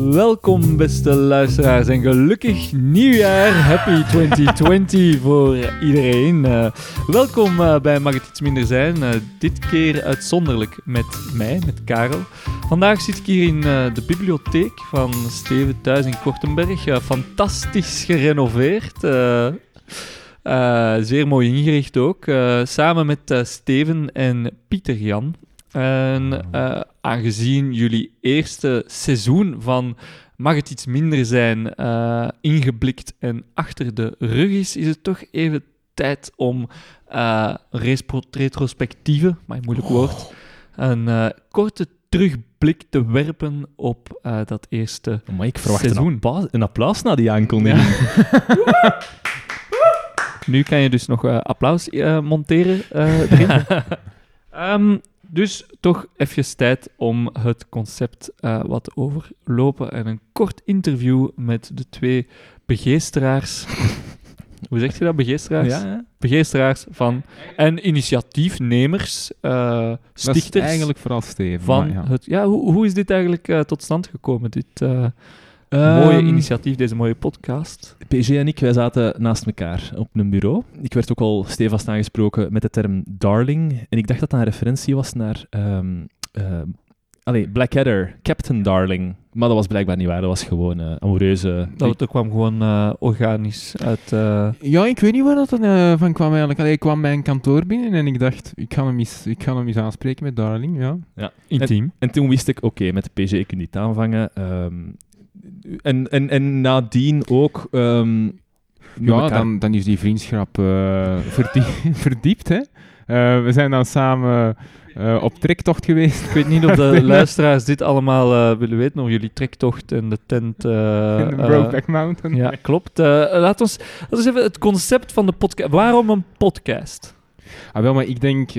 Welkom beste luisteraars en gelukkig nieuwjaar. Happy 2020 voor iedereen. Welkom bij Mag het iets minder zijn. Dit keer uitzonderlijk met mij, met Karel. Vandaag zit ik hier in de bibliotheek van Steven thuis in Kortenberg. Fantastisch gerenoveerd. Zeer mooi ingericht ook. Samen met Steven en Pieter Jan. En aangezien jullie eerste seizoen van Mag het iets minder zijn ingeblikt en achter de rug is het toch even tijd om retrospectieve, maar een moeilijk woord, een korte terugblik te werpen op dat eerste maar ik verwacht seizoen. Een applaus na die aankondiging. Ja. Nu kan je dus nog applaus monteren erin. Dus toch even tijd om het concept wat te overlopen en een kort interview met de twee begeesteraars. Hoe zeg je dat? Begeesteraars? Ja. Begeesteraars van en initiatiefnemers, stichters. Dat is eigenlijk vooral Steven. Van maar het, hoe is dit eigenlijk tot stand gekomen, dit mooie initiatief, deze mooie podcast? PG en ik, wij zaten naast elkaar op een bureau. Ik werd ook al stevast aangesproken met de term darling. En ik dacht dat dat een referentie was naar Blackadder, Captain Darling. Maar dat was blijkbaar niet waar, dat was gewoon amoureuze... Dat kwam gewoon organisch uit... Ja, ik weet niet waar dat van kwam eigenlijk. Allee, ik kwam bij een kantoor binnen en ik dacht, ik ga hem eens aanspreken met Darling, ja. Intiem. En toen wist ik, oké, met de PG kun je niet aanvangen. En nadien ook... dan is die vriendschap verdiept, hè. We zijn dan samen op trektocht geweest. Ik weet niet of de luisteraars dit allemaal willen weten, of jullie trektocht en de tent... in de Brokeback Mountain. Ja, klopt. Laten we even het concept van de podcast... Waarom een podcast? Wel, maar ik denk...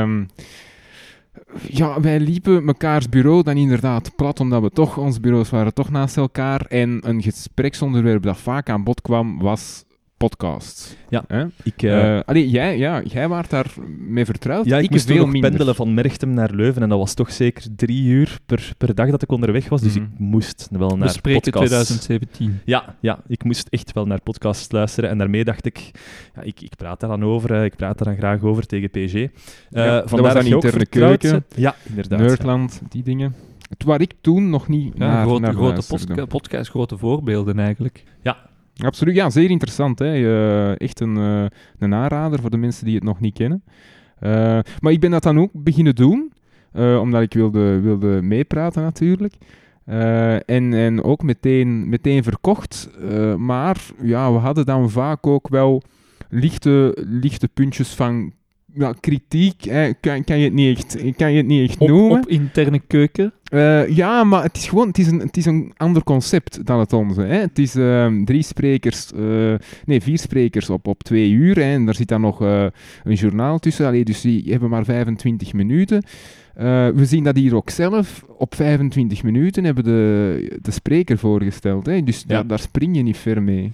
wij liepen mekaars bureau dan inderdaad plat, omdat we toch, onze bureaus waren toch naast elkaar. En een gespreksonderwerp dat vaak aan bod kwam, was podcasts. Ja, jij waart daar mee vertrouwd. Ja, ik moest veel nog minder. pendelen van Merchtem naar Leuven en dat was toch zeker 3 uur per dag dat ik onderweg was. Dus ik moest wel naar podcasts. We spreken 2017. Ja, ik moest echt wel naar podcasts luisteren. En daarmee dacht ik, ik praat daar dan over. Ik praat daar dan graag over tegen PG. Dat was dan Interne Keuken, ja, inderdaad. Nerdland, die dingen. Het waar ik toen nog niet naar grote luisterde. podcast, grote voorbeelden eigenlijk. Ja. Absoluut, ja, zeer interessant. Hè. Echt een aanrader voor de mensen die het nog niet kennen. Maar ik ben dat dan ook beginnen doen, omdat ik wilde meepraten natuurlijk. En ook meteen verkocht. Maar ja, we hadden dan vaak ook wel lichte puntjes van kritiek. Kan je het niet echt noemen. Op Interne Keuken. Ja, maar het is een ander concept dan het onze. Hè. Het is 4 sprekers op 2 uur. Hè, en daar zit dan nog een journaal tussen. Allee, dus die hebben maar 25 minuten. We zien dat hier ook zelf. Op 25 minuten hebben de spreker voorgesteld. Hè. Dus daar spring je niet ver mee.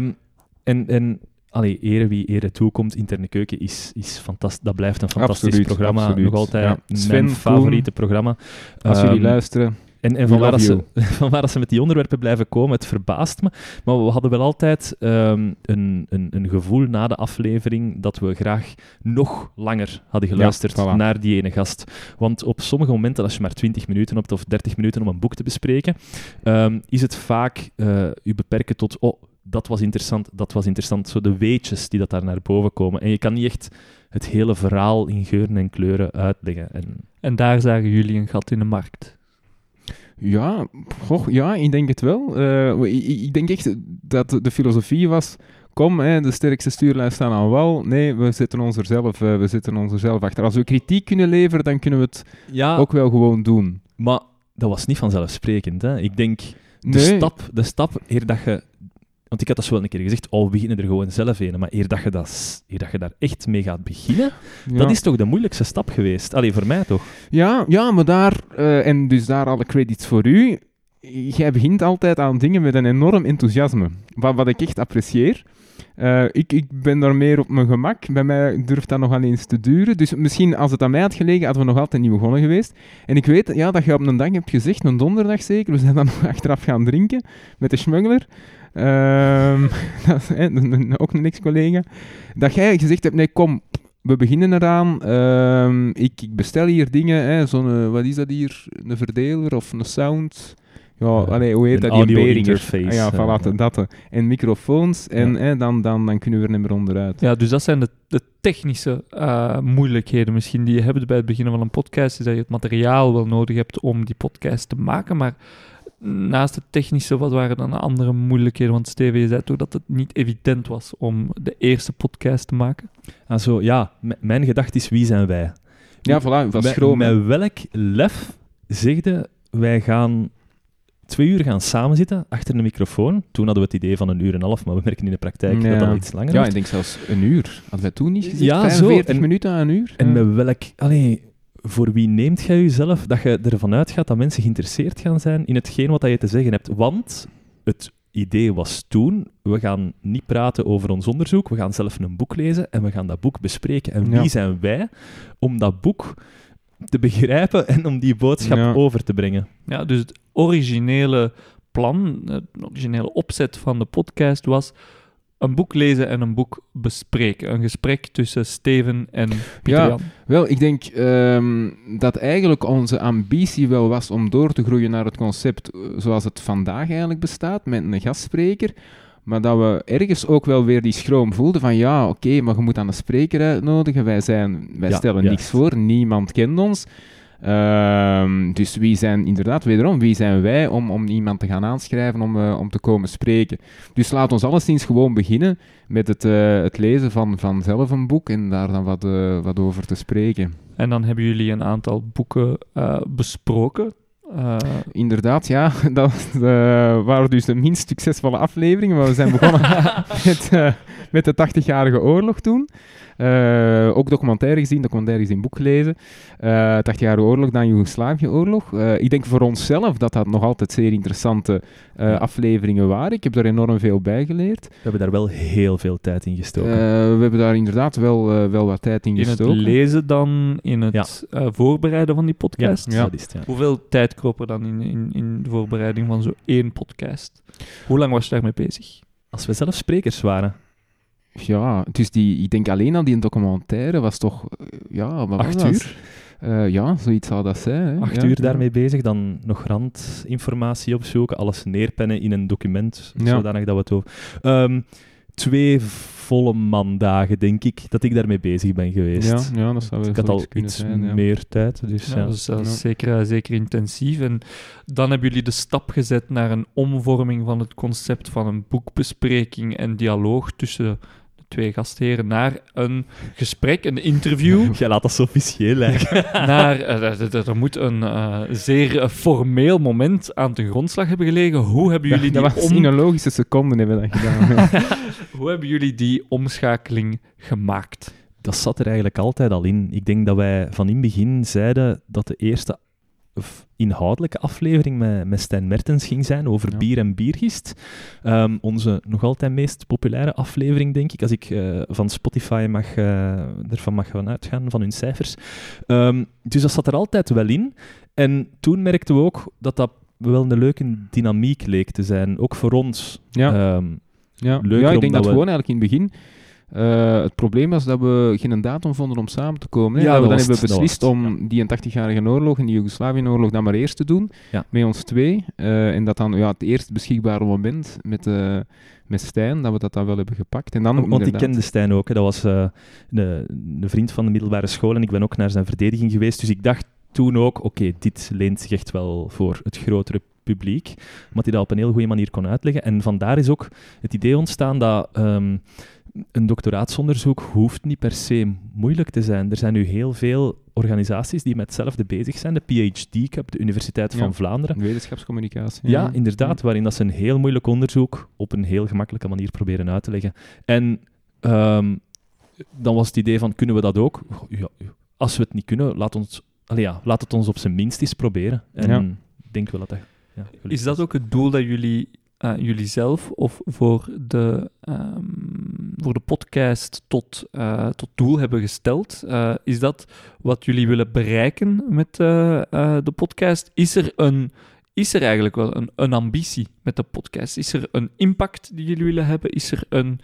Ere wie ere toekomt, Interne Keuken is fantastisch. Dat blijft een fantastisch programma. Absoluut. Nog altijd Sven, mijn favoriete programma. Als jullie luisteren. En vanwaar dat ze met die onderwerpen blijven komen, het verbaast me. Maar we hadden wel altijd een gevoel na de aflevering dat we graag nog langer hadden geluisterd naar die ene gast. Want op sommige momenten, als je maar 20 minuten hebt of 30 minuten om een boek te bespreken, is het vaak je beperken tot... dat was interessant. Zo de weetjes die dat daar naar boven komen. En je kan niet echt het hele verhaal in geuren en kleuren uitleggen. En daar zagen jullie een gat in de markt. Ja, ik denk het wel. Ik denk echt dat de filosofie was... Kom, de sterkste stuurlui staan aan wal. Nee, we zetten ons er zelf achter. Als we kritiek kunnen leveren, dan kunnen we het ook wel gewoon doen. Maar dat was niet vanzelfsprekend. Hè? Ik denk, de stap, eer dat je... Want ik had dat zo wel een keer gezegd, we beginnen er gewoon zelf in. Maar eer dat je daar echt mee gaat beginnen, dat is toch de moeilijkste stap geweest? Allee, voor mij toch? Ja, maar daar, en dus daar alle credits voor u. Jij begint altijd aan dingen met een enorm enthousiasme. Wat ik echt apprecieer. Ik ben daar meer op mijn gemak. Bij mij durft dat nog aan eens te duren. Dus misschien als het aan mij had gelegen, hadden we nog altijd niet begonnen geweest. En ik weet dat je op een dag hebt gezegd, een donderdag zeker, we zijn dan nog achteraf gaan drinken met de schmuggler. Dat is, ook een ex-collega. Dat jij gezegd hebt, nee kom, we beginnen eraan. Ik bestel hier dingen, zo'n, wat is dat hier, een verdeler of een sound... Ja, hoe heet dat? Die audio Behringer. interface. Ja, voilà, dat. En microfoons en dan kunnen we er niet meer onderuit. Ja, dus dat zijn de technische moeilijkheden misschien die je hebt bij het beginnen van een podcast, is dat je het materiaal wel nodig hebt om die podcast te maken, maar naast het technische, wat waren dan andere moeilijkheden? Want Steven, je zei toch dat het niet evident was om de eerste podcast te maken? Also, ja, mijn gedachte is, wie zijn wij? Ja, voilà, van schroom. Met welk lef zegde, wij gaan 2 uur gaan samenzitten achter een microfoon. Toen hadden we het idee van 1,5 uur, maar we merken in de praktijk dat dat al iets langer is. Ja, wordt. ik denk zelfs 1 uur. Hadden wij toen niet gezien? Ja, 45 minuten aan 1 uur. En met welk... voor wie neemt jij jezelf dat je ervan uitgaat dat mensen geïnteresseerd gaan zijn in hetgeen wat je te zeggen hebt? Want het idee was toen, we gaan niet praten over ons onderzoek, we gaan zelf een boek lezen en we gaan dat boek bespreken. En wie zijn wij om dat boek te begrijpen en om die boodschap over te brengen? Ja, dus het originele plan, het originele opzet van de podcast was een boek lezen en een boek bespreken. Een gesprek tussen Steven en Pieter Jan. Wel, ik denk dat eigenlijk onze ambitie wel was om door te groeien naar het concept zoals het vandaag eigenlijk bestaat, met een gastspreker. Maar dat we ergens ook wel weer die schroom voelden van oké, maar je moet aan een spreker uitnodigen. Wij stellen niks voor, niemand kent ons. Dus wie zijn wij om iemand te gaan aanschrijven om te komen spreken? Dus laat ons alleszins gewoon beginnen met het lezen van zelf een boek en daar dan wat over te spreken. En dan hebben jullie een aantal boeken besproken. Inderdaad, ja. Dat waren dus de minst succesvolle afleveringen, maar we zijn begonnen met de 80-jarige oorlog toen. Ook documentaire gezien, boek gelezen. 80-jarige oorlog, dan Joegoslavië-oorlog. Ik denk voor onszelf dat nog altijd zeer interessante afleveringen waren. Ik heb daar enorm veel bij geleerd. We hebben daar wel heel veel tijd in gestoken. We hebben daar inderdaad wel wat tijd in gestoken. In het lezen dan, in het voorbereiden van die podcast. Ja, dat is het, ja. Hoeveel tijd kroop er dan in de voorbereiding van zo 1 podcast? Hoe lang was je daarmee bezig? Als we zelf sprekers waren. Ja, dus ik denk alleen al die documentaire was toch... 8 uur? Zoiets zou dat zijn. Hè? 8 uur daarmee bezig, dan nog randinformatie opzoeken, alles neerpennen in een document, zodanig dat we het over... 2 volle mandagen, denk ik, dat ik daarmee bezig ben geweest. Ja, dat zou wel ik had al kunnen iets zijn, meer tijd. Dus, dat is zeker intensief. En dan hebben jullie de stap gezet naar een omvorming van het concept van een boekbespreking en dialoog tussen de 2 gastheren naar een gesprek, een interview. Jij laat dat zo officieel lijken. Er moet een zeer formeel moment aan ten grondslag hebben gelegen. Hoe hebben jullie dat was in een logische seconde hebben we dat gedaan. Hoe hebben jullie die omschakeling gemaakt? Dat zat er eigenlijk altijd al in. Ik denk dat wij van in het begin zeiden dat de eerste inhoudelijke aflevering met Stijn Mertens ging zijn over bier en biergist. Onze nog altijd meest populaire aflevering, denk ik, als ik van Spotify ervan mag gaan uitgaan, van hun cijfers. Dus dat zat er altijd wel in. En toen merkten we ook dat wel een leuke dynamiek leek te zijn, ook voor ons. Ik denk dat gewoon eigenlijk in het begin... het probleem was dat we geen datum vonden om samen te komen. Ja, dan hebben we beslist om die 80-jarige oorlog en die Joegoslavië-oorlog dan maar eerst te doen, met ons 2. En dat dan het eerst beschikbare moment met Stijn, dat we dat dan wel hebben gepakt. En dan, want ik kende Stijn ook. Hè. Dat was een vriend van de middelbare school en ik ben ook naar zijn verdediging geweest. Dus ik dacht toen ook, oké, dit leent zich echt wel voor het grotere publiek, omdat hij dat op een heel goede manier kon uitleggen. En vandaar is ook het idee ontstaan dat een doctoraatsonderzoek hoeft niet per se moeilijk te zijn. Er zijn nu heel veel organisaties die met hetzelfde bezig zijn. De PhD Cup, de Universiteit van Vlaanderen. Wetenschapscommunicatie. Ja, inderdaad, waarin dat ze een heel moeilijk onderzoek op een heel gemakkelijke manier proberen uit te leggen. En dan was het idee van, kunnen we dat ook? Ja, als we het niet kunnen, laat het ons op zijn minst eens proberen. En ik denk wel dat is dat ook het doel dat jullie jullie zelf of voor de podcast tot doel hebben gesteld? Is dat wat jullie willen bereiken met de podcast? Is er eigenlijk wel een ambitie met de podcast? Is er een impact die jullie willen hebben? Is er een...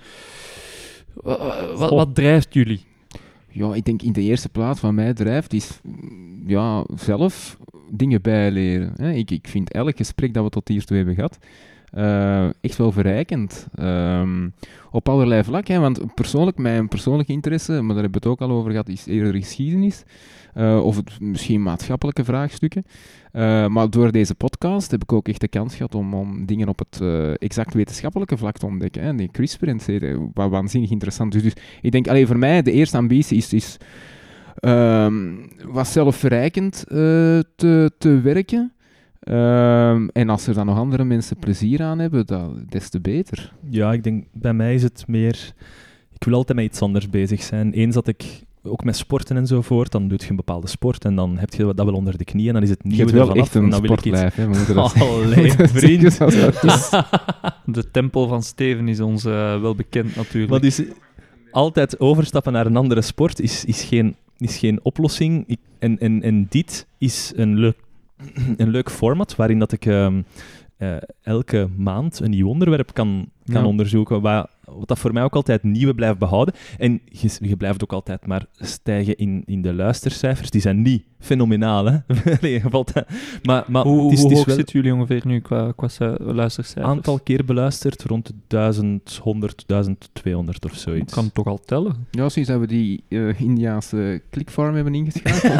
Wat drijft jullie? Ja, ik denk in de eerste plaats wat mij drijft is zelf dingen bijleren. Hè. Ik vind elk gesprek dat we tot hiertoe hebben gehad echt wel verrijkend. Op allerlei vlakken, want persoonlijk, mijn persoonlijke interesse, maar daar hebben we het ook al over gehad, is eerder geschiedenis. Of misschien maatschappelijke vraagstukken. Maar door deze podcast heb ik ook echt de kans gehad om dingen op het exact wetenschappelijke vlak te ontdekken. Hè. Die CRISPR en C, wat waanzinnig interessant is. Dus ik denk, voor mij, de eerste ambitie is wat zelfverrijkend te werken. En als er dan nog andere mensen plezier aan hebben, des te beter. Ja, ik denk, bij mij is het meer... Ik wil altijd met iets anders bezig zijn. Eens dat ik... Ook met sporten enzovoort, dan doe je een bepaalde sport en dan heb je dat wel onder de knieën en dan is het nieuwe ervan af. Je echt een sportlijf, hè? Allee, vriend. De tempel van Steven is ons wel bekend natuurlijk. Maar dus, altijd overstappen naar een andere sport is geen oplossing. En dit is een leuk format waarin dat ik elke maand een nieuw onderwerp kan onderzoeken. Wat dat voor mij ook altijd nieuwe blijft behouden. En je blijft ook altijd maar stijgen in de luistercijfers. Die zijn niet fenomenaal, hè? Maar hoe het is hoog wel... zitten jullie ongeveer nu qua luistercijfers? Aantal keer beluisterd, rond de 1100, 1200 of zoiets. Ik kan het toch al tellen? Ja, sinds dat we die Indiaanse klikvorm hebben ingeschakeld.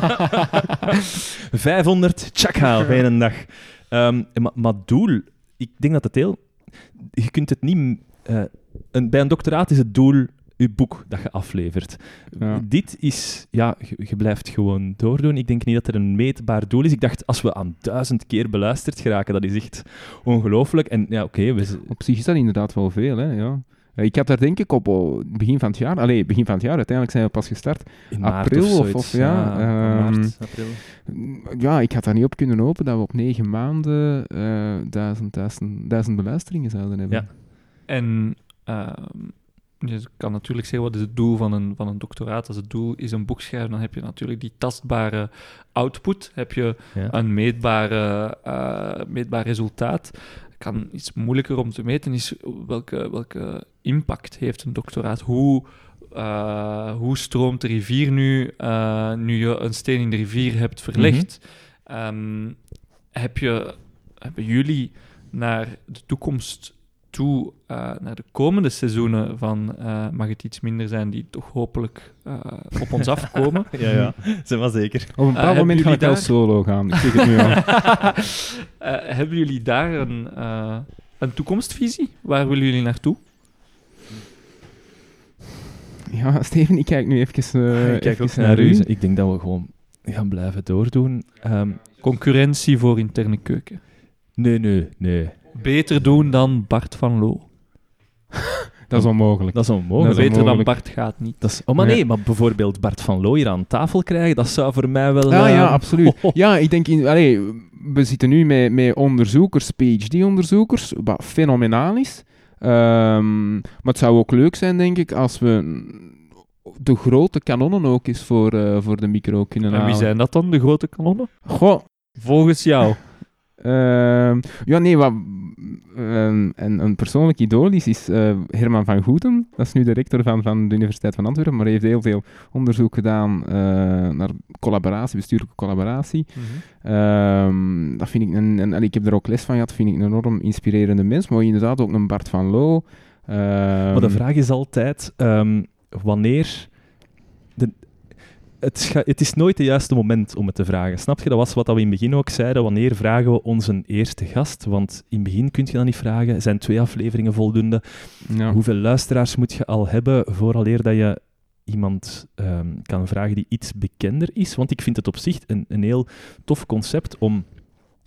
500, tjaka, op één dag. Maar doel, ik denk dat het heel... Je kunt het niet... bij een doctoraat is het doel je boek dat je aflevert. Ja. Dit is... Ja, je blijft gewoon doordoen. Ik denk niet dat er een meetbaar doel is. Ik dacht, als we aan 1000 keer beluisterd geraken, dat is echt ongelooflijk. En ja, oké... Op zich is dat inderdaad wel veel, hè, ja. Ik had daar denk ik op begin van het jaar... uiteindelijk zijn we pas gestart. In maart april of maart, april. Ja, ik had daar niet op kunnen hopen dat we op 9 maanden 1000 beluisteringen zouden hebben. Ja. En je kan natuurlijk zeggen, wat is het doel van een doctoraat? Als het doel is een boek schrijven, dan heb je natuurlijk die tastbare output. Heb je een meetbaar resultaat. Kan iets moeilijker om te meten is welke impact heeft een doctoraat. Hoe stroomt de rivier nu je een steen in de rivier hebt verlegd? Hebben jullie naar de toekomst toe, naar de komende seizoenen van Mag het iets minder zijn, die toch hopelijk op ons afkomen? Ja, zeg maar zeker. Op een bepaald moment ga ik wel solo gaan. Ik zeg het nu al. Hebben jullie daar een toekomstvisie? Waar willen jullie naartoe? Ja, Steven, ik kijk nu even ik kijk ook naar u. Ik denk dat we gewoon gaan blijven doordoen. Concurrentie voor interne keuken. Nee. Beter doen dan Bart van Loo. Dat is onmogelijk. Beter dan Bart gaat niet. Nee, maar bijvoorbeeld Bart van Loo hier aan tafel krijgen, dat zou voor mij wel... Ja, absoluut. Ja, ik denk... we zitten nu met onderzoekers, PhD-onderzoekers, wat fenomenaal is. Maar het zou ook leuk zijn, denk ik, als we de grote kanonnen ook eens voor de micro kunnen halen. En wie zijn dat dan, de grote kanonnen? Goh. Volgens jou? Een persoonlijk idool is Herman van Goethem. Dat is nu de rector van de Universiteit van Antwerpen, maar hij heeft heel veel onderzoek gedaan naar bestuurlijke collaboratie. Dat vind ik ik heb er ook les van gehad, vind ik een enorm inspirerende mens, maar inderdaad ook een Bart van Loo. Maar de vraag is altijd, wanneer... Het is nooit het juiste moment om het te vragen. Snap je? Dat was wat we in het begin ook zeiden. Wanneer vragen we onze eerste gast? Want in het begin kun je dat niet vragen. Zijn 2 afleveringen voldoende? Ja. Hoeveel luisteraars moet je al hebben vooraleer dat je iemand kan vragen die iets bekender is? Want ik vind het op zich een heel tof concept om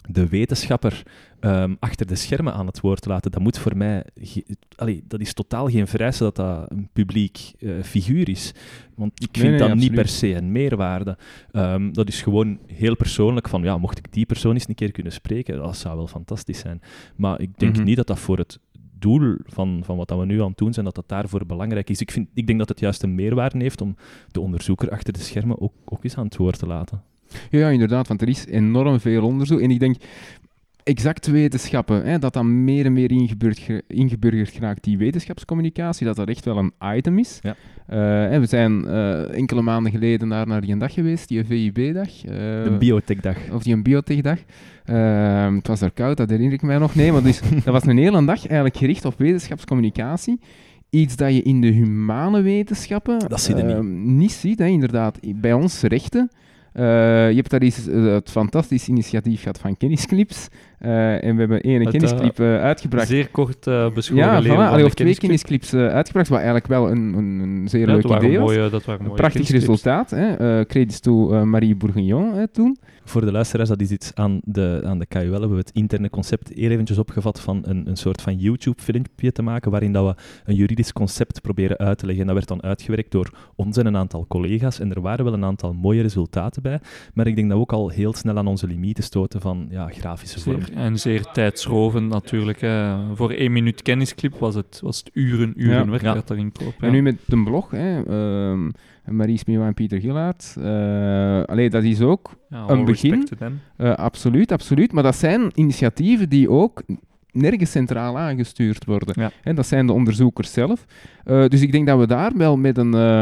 de wetenschapper achter de schermen aan het woord laten, dat moet voor mij... dat is totaal geen vereiste dat dat een publiek figuur is. Want ik vind dat absoluut niet per se een meerwaarde. Dat is gewoon heel persoonlijk van, ja, mocht ik die persoon eens een keer kunnen spreken, dat zou wel fantastisch zijn. Maar ik denk niet dat dat voor het doel van wat we nu aan het doen zijn, dat daarvoor belangrijk is. Ik denk dat het juist een meerwaarde heeft om de onderzoeker achter de schermen ook eens aan het woord te laten. Ja, inderdaad, want er is enorm veel onderzoek. En ik denk, exacte wetenschappen, hè, dat dan meer en meer ingeburgerd geraakt, die wetenschapscommunicatie, dat echt wel een item is. Ja. We zijn enkele maanden geleden naar die dag geweest, die VIB-dag. De biotechdag. Of die een biotechdag. Het was daar koud, dat herinner ik mij nog. Nee, maar dus, dat was een hele dag eigenlijk gericht op wetenschapscommunicatie. Iets dat je in de humane wetenschappen dat zie je niet ziet, hè, inderdaad. Bij ons rechten. Je hebt daar eens het fantastisch initiatief gehad van Kennisclips. En we hebben één kennisclip uitgebracht. Zeer kort beschoren ja, leven van of de twee kennisclips uitgebracht, wat eigenlijk wel een zeer leuk idee was. Dat waren mooie prachtig resultaat. Credits toe Marie Bourguignon toen. Voor de luisteraars, dat is iets aan de KUL. Hebben we het interne concept heel eventjes opgevat van een soort van YouTube-filmpje te maken, waarin dat we een juridisch concept proberen uit te leggen. En dat werd dan uitgewerkt door ons en een aantal collega's. En er waren wel een aantal mooie resultaten bij. Maar ik denk dat we ook al heel snel aan onze limieten stoten van grafische vorm. En zeer tijdsrovend natuurlijk. Voor 1 minuut kennisclip was het uren werk dat erin klopt. Ja. En nu met een blog, Marie Smeeuw en Pieter Gillaert. Dat is ook een begin. Absoluut. Maar dat zijn initiatieven die ook nergens centraal aangestuurd worden. Ja. En dat zijn de onderzoekers zelf. Dus ik denk dat we daar wel met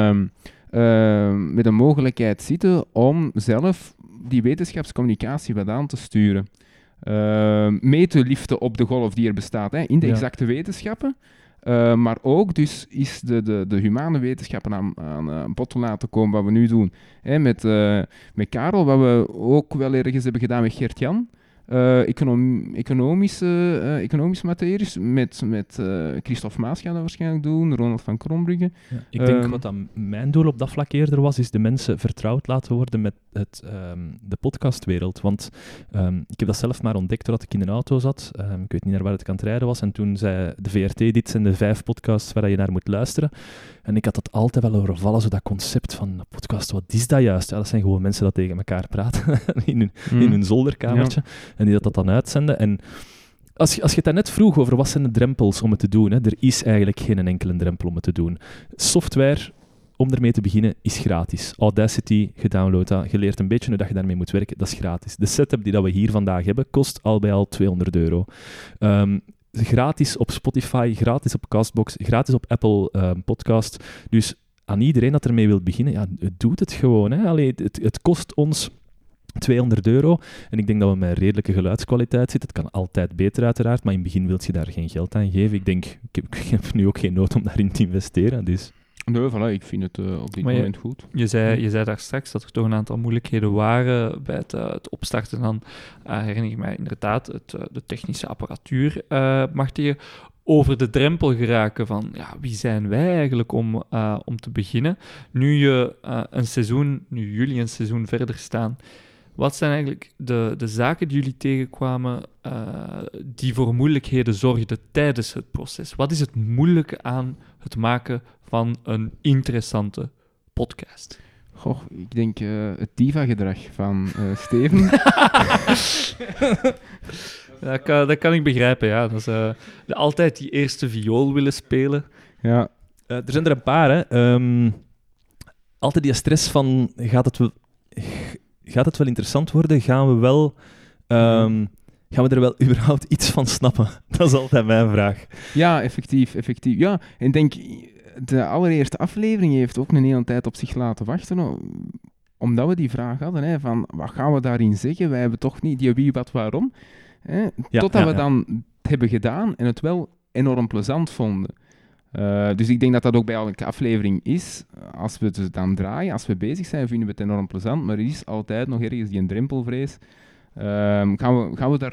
een mogelijkheid zitten om zelf die wetenschapscommunicatie wat aan te sturen. Mee te liften op de golf die er bestaat, in de exacte wetenschappen. Maar ook dus is de humane wetenschappen aan bod te laten komen wat we nu doen. Met Karel, wat we ook wel ergens hebben gedaan met Gert-Jan. Economische materies. Met Christophe Maas gaan dat waarschijnlijk doen, Ronald van Krombrugge. Ja, ik denk wat dan mijn doel op dat vlak eerder was, is de mensen vertrouwd laten worden met de podcastwereld. Want ik heb dat zelf maar ontdekt doordat ik in een auto zat. Ik weet niet naar waar het aan het rijden was. En toen zei de VRT, dit zijn de 5 podcasts waar je naar moet luisteren. En ik had dat altijd wel overvallen, zo dat concept van een podcast, wat is dat juist? Ja, dat zijn gewoon mensen dat tegen elkaar praten in hun zolderkamertje. Ja. En die dat dan uitzenden. En als je het daarnet vroeg over wat zijn de drempels om het te doen, er is eigenlijk geen enkele drempel om het te doen. Software, om ermee te beginnen, is gratis. Audacity, gedownload dat, je leert een beetje hoe dat je daarmee moet werken, dat is gratis. De setup die dat we hier vandaag hebben, kost al bij al €200. Gratis op Spotify, gratis op Castbox, gratis op Apple Podcast. Dus aan iedereen dat ermee wil beginnen, doet het gewoon. Hè. Allee, het kost ons €200 en ik denk dat we met redelijke geluidskwaliteit zitten. Het kan altijd beter uiteraard, maar in het begin wil je daar geen geld aan geven. Ik heb nu ook geen nood om daarin te investeren. Dus. Nee, voilà, ik vind het op dit moment goed. Je zei daar straks dat er toch een aantal moeilijkheden waren bij het opstarten. Dan herinner ik mij inderdaad de technische apparatuur. Mag je over de drempel geraken van wie zijn wij eigenlijk om te beginnen? Nu jullie een seizoen verder staan, wat zijn eigenlijk de zaken die jullie tegenkwamen die voor moeilijkheden zorgden tijdens het proces? Wat is het moeilijke aan het maken van een interessante podcast? Goh, ik denk het diva-gedrag van Steven. Dat kan ik begrijpen, ja. Dat is altijd die eerste viool willen spelen. Ja. Er zijn er een paar, hè. Altijd die stress van, gaat het wel interessant worden? Gaan we er wel überhaupt iets van snappen? Dat is altijd mijn vraag. Ja, effectief. Ja, en ik denk, de allereerste aflevering heeft ook een hele tijd op zich laten wachten, omdat we die vraag hadden, hè, van wat gaan we daarin zeggen? Wij hebben toch niet die wie, wat, waarom. Hè? Totdat we dan het hebben gedaan en het wel enorm plezant vonden. Dus ik denk dat dat ook bij elke aflevering is. Als we het dan draaien, als we bezig zijn, vinden we het enorm plezant, maar er is altijd nog ergens die een drempelvrees. Gaan we daar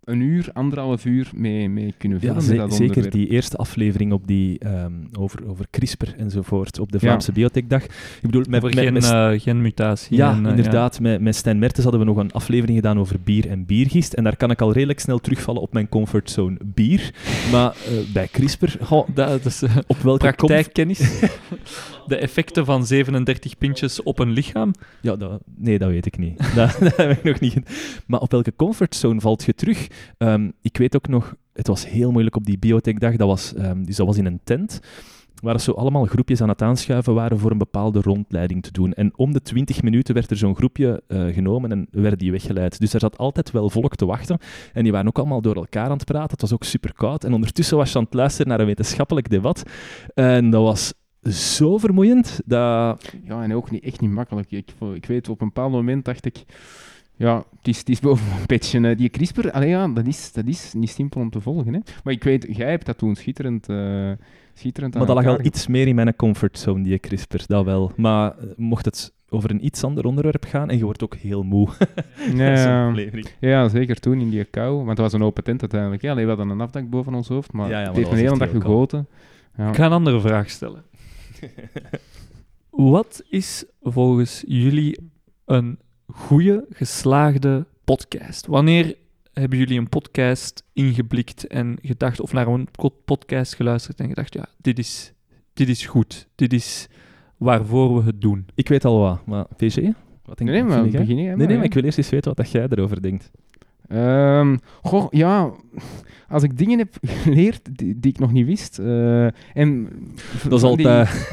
een uur, 1,5 uur mee kunnen vullen. Ja, met dat zeker onderwerp. die eerste aflevering op die, over CRISPR enzovoort op de Vlaamse Biotechdag. Ik bedoel, Over geen mutatie. Ja, inderdaad. Met Stijn Mertens hadden we nog een aflevering gedaan over bier en biergist. En daar kan ik al redelijk snel terugvallen op mijn comfortzone bier. Maar bij CRISPR... dat is op welke praktijkkennis. De effecten van 37 pintjes op een lichaam. Ja, dat weet ik niet. dat heb ik nog niet. Maar op welke comfortzone valt je terug? Ik weet ook nog, het was heel moeilijk op die biotechdag. Dus dat was in een tent, waar zo allemaal groepjes aan het aanschuiven waren voor een bepaalde rondleiding te doen. En om de 20 minuten werd er zo'n groepje genomen en werd die weggeleid. Dus er zat altijd wel volk te wachten. En die waren ook allemaal door elkaar aan het praten. Het was ook super koud. En ondertussen was je aan het luisteren naar een wetenschappelijk debat. En dat was zo vermoeiend. Ja, en ook echt niet makkelijk. Ik weet, op een bepaald moment dacht ik... Ja, het is boven mijn petje. Die CRISPR, dat is niet simpel om te volgen. Hè. Maar ik weet, jij hebt dat toen schitterend aan maar dat lag al iets meer in mijn comfortzone, die CRISPR, dat wel. Maar mocht het over een iets ander onderwerp gaan, en je wordt ook heel moe. Ja, zeker toen in die kou. Want het was een open tent uiteindelijk. Ja, we hadden een afdak boven ons hoofd, maar het heeft een hele dag gegoten. Ja. Ik ga een andere vraag stellen. Wat is volgens jullie een goede, geslaagde podcast? Wanneer hebben jullie een podcast ingeblikt en gedacht, of naar een podcast geluisterd en gedacht, ja, dit is goed. Dit is waarvoor we het doen. Ik weet al wat, maar PG? Wat denk Nee, maar begin je. Nee, maar ik wil eerst eens weten wat jij erover denkt. Als ik dingen heb geleerd die ik nog niet wist... dat is altijd...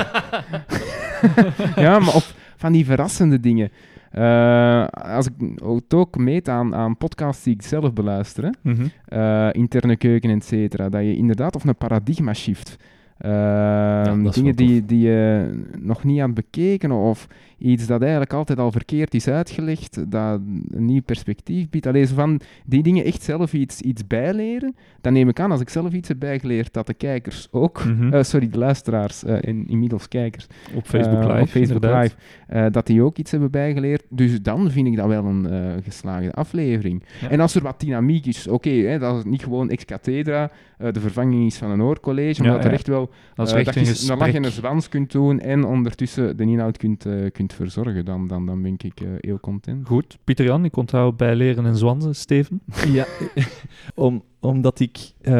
Ja, maar van die verrassende dingen. Als ik het ook meet aan podcasts die ik zelf beluister, Interne Keuken, et cetera, dat je inderdaad of een paradigma shift... dingen die je nog niet had bekeken of iets dat eigenlijk altijd al verkeerd is uitgelegd, dat een nieuw perspectief biedt. Alleen van die dingen echt zelf iets bijleren, dan neem ik aan, als ik zelf iets heb bijgeleerd, dat de kijkers ook, de luisteraars en inmiddels kijkers op Facebook Live, dat die ook iets hebben bijgeleerd. Dus dan vind ik dat wel een geslaagde aflevering. Ja. En als er wat dynamiek is, oké, dat is niet gewoon ex cathedra, de vervanging is van een oorcollege, maar dat er echt wel dat je een lach en een zwans kunt doen en ondertussen de inhoud kunt verzorgen, dan ben ik heel content. Goed. Pieter-Jan, ik onthoud bij leren en zwansen. Steven? Ja, omdat ik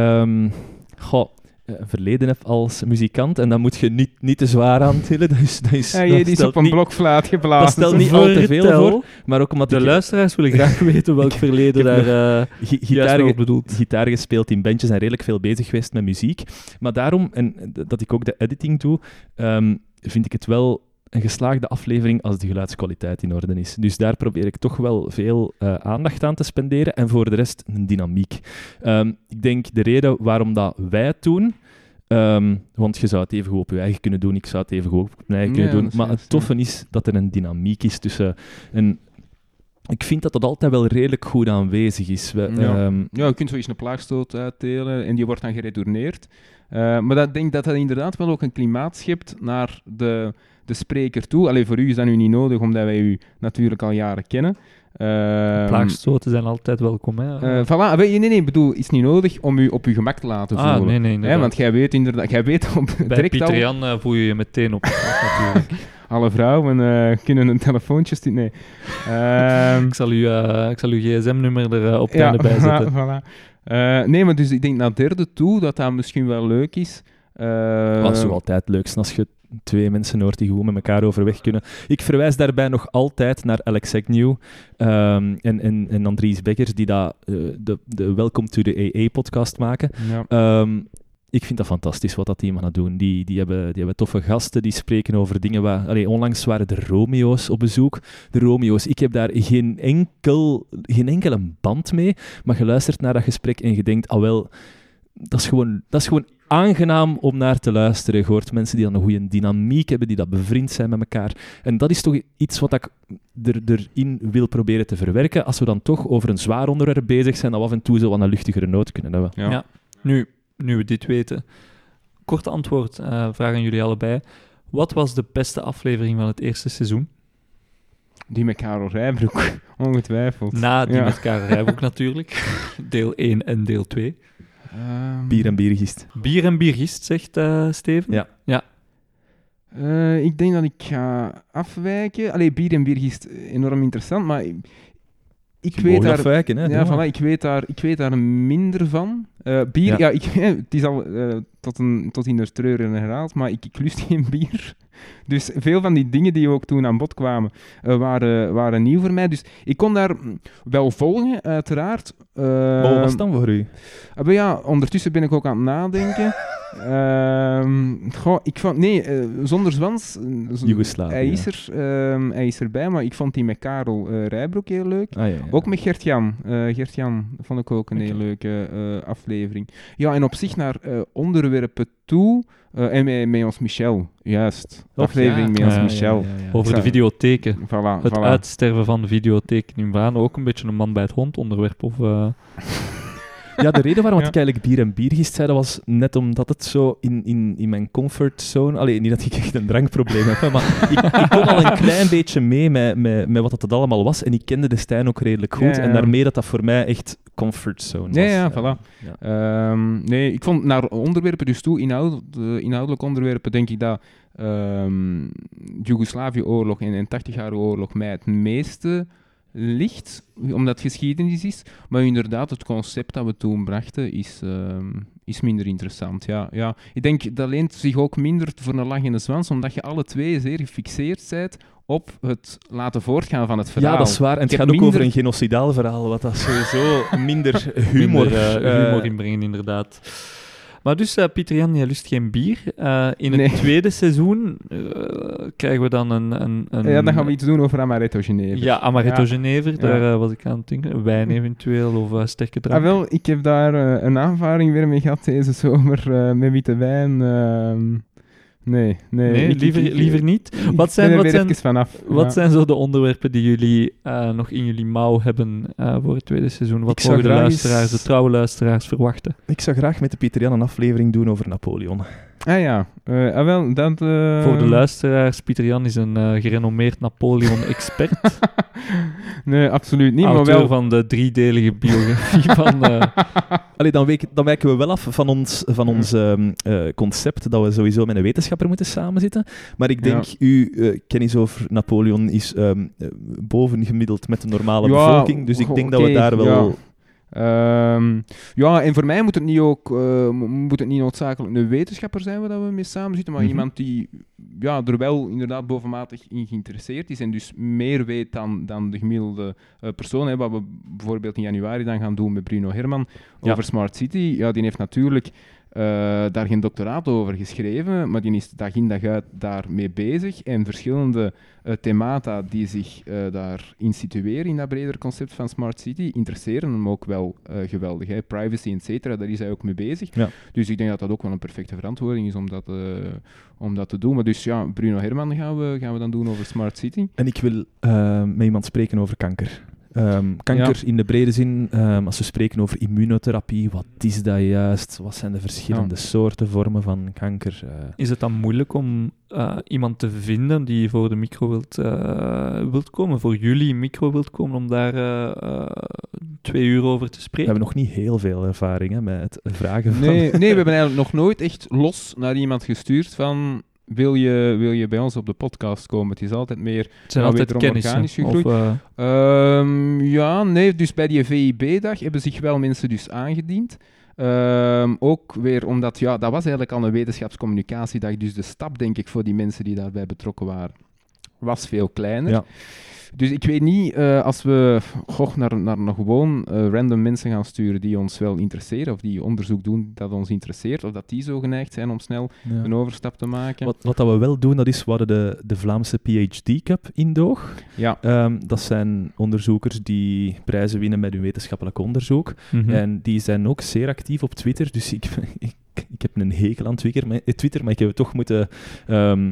verleden heb als muzikant en dan moet je niet te zwaar aantillen. Die is op een blokfluit geblazen. Dat stelt niet al te veel voor, maar ook omdat de luisteraars willen graag weten welk verleden daar gitaar gespeeld in bandjes en redelijk veel bezig geweest met muziek. Maar daarom, en dat ik ook de editing doe, vind ik het wel een geslaagde aflevering als de geluidskwaliteit in orde is. Dus daar probeer ik toch wel veel aandacht aan te spenderen en voor de rest een dynamiek. Ik denk de reden waarom dat wij het doen, want je zou het even goed op je eigen kunnen doen, ik zou het even goed op mijn eigen kunnen doen, maar het toffe is dat er een dynamiek is tussen... Ik vind dat altijd wel redelijk goed aanwezig is. Je kunt zo eens een plaagstoot uitdelen en die wordt dan geretourneerd. Maar ik denk dat dat inderdaad wel ook een klimaat schept naar de spreker toe. Allee, voor u is dat nu niet nodig, omdat wij u natuurlijk al jaren kennen. Plaagstoten zijn altijd welkom. Hè? Voilà. Nee, bedoel, is niet nodig om u op uw gemak te laten voelen. Nee. Want jij weet inderdaad... Bij Pieter-Jan voel je je meteen op natuurlijk. Alle vrouwen kunnen een telefoontje sturen. Nee. Ik zal uw gsm-nummer er op het einde bij zetten. Voilà. Nee, maar dus ik denk naar derde toe dat misschien wel leuk is. Wat zo altijd leuk is als je twee mensen hoort die goed met elkaar overweg kunnen. Ik verwijs daarbij nog altijd naar Alex Agnew en Andries Bekkers, die de Welcome to the AA-podcast maken. Ja. Ik vind dat fantastisch wat dat team aan het doen. Die hebben toffe gasten, die spreken over dingen waar... onlangs waren de Romeo's op bezoek. De Romeo's, ik heb daar geen enkele band mee, maar je luistert naar dat gesprek en je denkt, dat is gewoon aangenaam om naar te luisteren. Je hoort mensen die dan een goede dynamiek hebben, die dat bevriend zijn met elkaar. En dat is toch iets wat ik erin wil proberen te verwerken, als we dan toch over een zwaar onderwerp bezig zijn, dat we af en toe zo wat een luchtigere noot kunnen hebben. Ja. Nu we dit weten. Kort antwoord, vraag aan jullie allebei. Wat was de beste aflevering van het eerste seizoen? Die met Karel Rijbroek, ongetwijfeld. Na die met Karel Rijbroek natuurlijk. Deel 1 en deel 2. Bier en biergist. Bier en biergist, zegt Steven. Ja. Ik denk dat ik ga afwijken. Allee, bier en biergist, enorm interessant, maar ik weet daar... afwijken, hè? Ja, voilà, ik weet daar minder van. Bier, het is al tot in de treuren herhaald, maar ik lust geen bier. Dus veel van die dingen die ook toen aan bod kwamen, waren nieuw voor mij. Dus ik kon daar wel volgen, uiteraard. Maar wat was het dan voor u? Maar ja, ondertussen ben ik ook aan het nadenken. Ik vond... Nee, Zonder Zwans... Joegoslavië. Hij is erbij, maar ik vond die met Karel Rijbroek heel leuk. Ah, ja. Ook met Gert-Jan. Gert-Jan vond ik ook een heel leuke aflevering. Ja, en op zich naar onderwerpen toe... en met ons Michel, juist. Aflevering met ons Michel. Ja. Over de videotheken. Voilà. Uitsterven van de videotheken in Vlaanderen. Ook een beetje een man bij het hond onderwerp. Of, Ja, de reden waarom ik eigenlijk bier en biergist zei, dat was net omdat het zo in mijn comfortzone... Allee, niet dat ik echt een drankprobleem heb, maar ik kon al een klein beetje mee met wat het allemaal was. En ik kende de Stijn ook redelijk goed. Ja. En daarmee dat voor mij echt comfortzone was. Ja, voilà. Ja. Nee, ik vond naar onderwerpen dus toe, inhoudelijke onderwerpen, denk ik dat Joegoslavië-oorlog en 80-jarige oorlog mij het meeste ligt, omdat het geschiedenis is. Maar inderdaad, het concept dat we toen brachten is minder interessant. Ja. Ik denk, dat leent zich ook minder voor een lach in de zwans, omdat je alle twee zeer gefixeerd bent op het laten voortgaan van het verhaal. Ja, dat is waar. En het gaat ook over een genocidaal verhaal, wat dat sowieso minder humor inbrengen, inderdaad. Maar dus, Pieter Jan, jij lust geen bier. In het tweede seizoen krijgen we dan een... Ja, dan gaan we iets doen over Amaretto Genever. Ja, Amaretto Genever, daar was ik aan het denken. Wijn eventueel, of sterke drank. Wel, ik heb daar een aanvaring weer mee gehad deze zomer, met witte wijn. Nee, liever niet. Wat zijn zo de onderwerpen die jullie nog in jullie mouw hebben voor het tweede seizoen? Wat mogen de luisteraars, de trouwe luisteraars, verwachten? Ik zou graag met de Pieter Jan een aflevering doen over Napoleon. Ah ja, wel, dat... Voor de luisteraars, Pieter Jan is een gerenommeerd Napoleon-expert. Nee, absoluut niet. Auteur maar wel van de 3-delige biografie van... Allee, dan wijken we wel af van ons concept dat we sowieso met een wetenschapper moeten samenzitten. Maar ik denk, uw kennis over Napoleon is bovengemiddeld met de normale bevolking. Dus ik denk dat we daar wel... en voor mij moet het niet noodzakelijk een wetenschapper zijn waar we mee samen zitten, maar iemand die er wel inderdaad bovenmatig in geïnteresseerd is en dus meer weet dan de gemiddelde persoon. Hè, wat we bijvoorbeeld in januari dan gaan doen met Bruno Herman over Smart City. Ja, die heeft natuurlijk daar geen doctoraat over geschreven, maar die is dag in dag uit daarmee bezig. En verschillende themata die zich daarin situeren in dat bredere concept van Smart City, interesseren hem ook wel geweldig. Hè. Privacy, et cetera, daar is hij ook mee bezig. Ja. Dus ik denk dat dat ook wel een perfecte verantwoording is om dat te doen. Maar dus ja, Bruno Herman gaan we dan doen over Smart City. En ik wil met iemand spreken over kanker. Kanker in de brede zin, als we spreken over immunotherapie, wat is dat juist? Wat zijn de verschillende soorten, vormen van kanker? Is het dan moeilijk om iemand te vinden die voor de micro wilt komen, voor jullie micro wilt komen, om daar 2 uur over te spreken? We hebben nog niet heel veel ervaring met het vragen van... Nee, we hebben eigenlijk nog nooit echt los naar iemand gestuurd van... Wil je bij ons op de podcast komen? Het is altijd meer... Het zijn altijd kennis, gegroeid. Dus bij die VIB-dag hebben zich wel mensen dus aangediend. Ook weer omdat, dat was eigenlijk al een wetenschapscommunicatiedag, dus de stap, denk ik, voor die mensen die daarbij betrokken waren, was veel kleiner. Ja. Dus ik weet niet, als we naar nog gewoon random mensen gaan sturen die ons wel interesseren, of die onderzoek doen dat ons interesseert, of dat die zo geneigd zijn om snel een overstap te maken. Wat dat we wel doen, dat is, we hadden de Vlaamse PhD Cup in Doog. Ja. Dat zijn onderzoekers die prijzen winnen met hun wetenschappelijk onderzoek. Mm-hmm. En die zijn ook zeer actief op Twitter, dus ik heb een hekel aan Twitter, maar ik heb het toch moeten...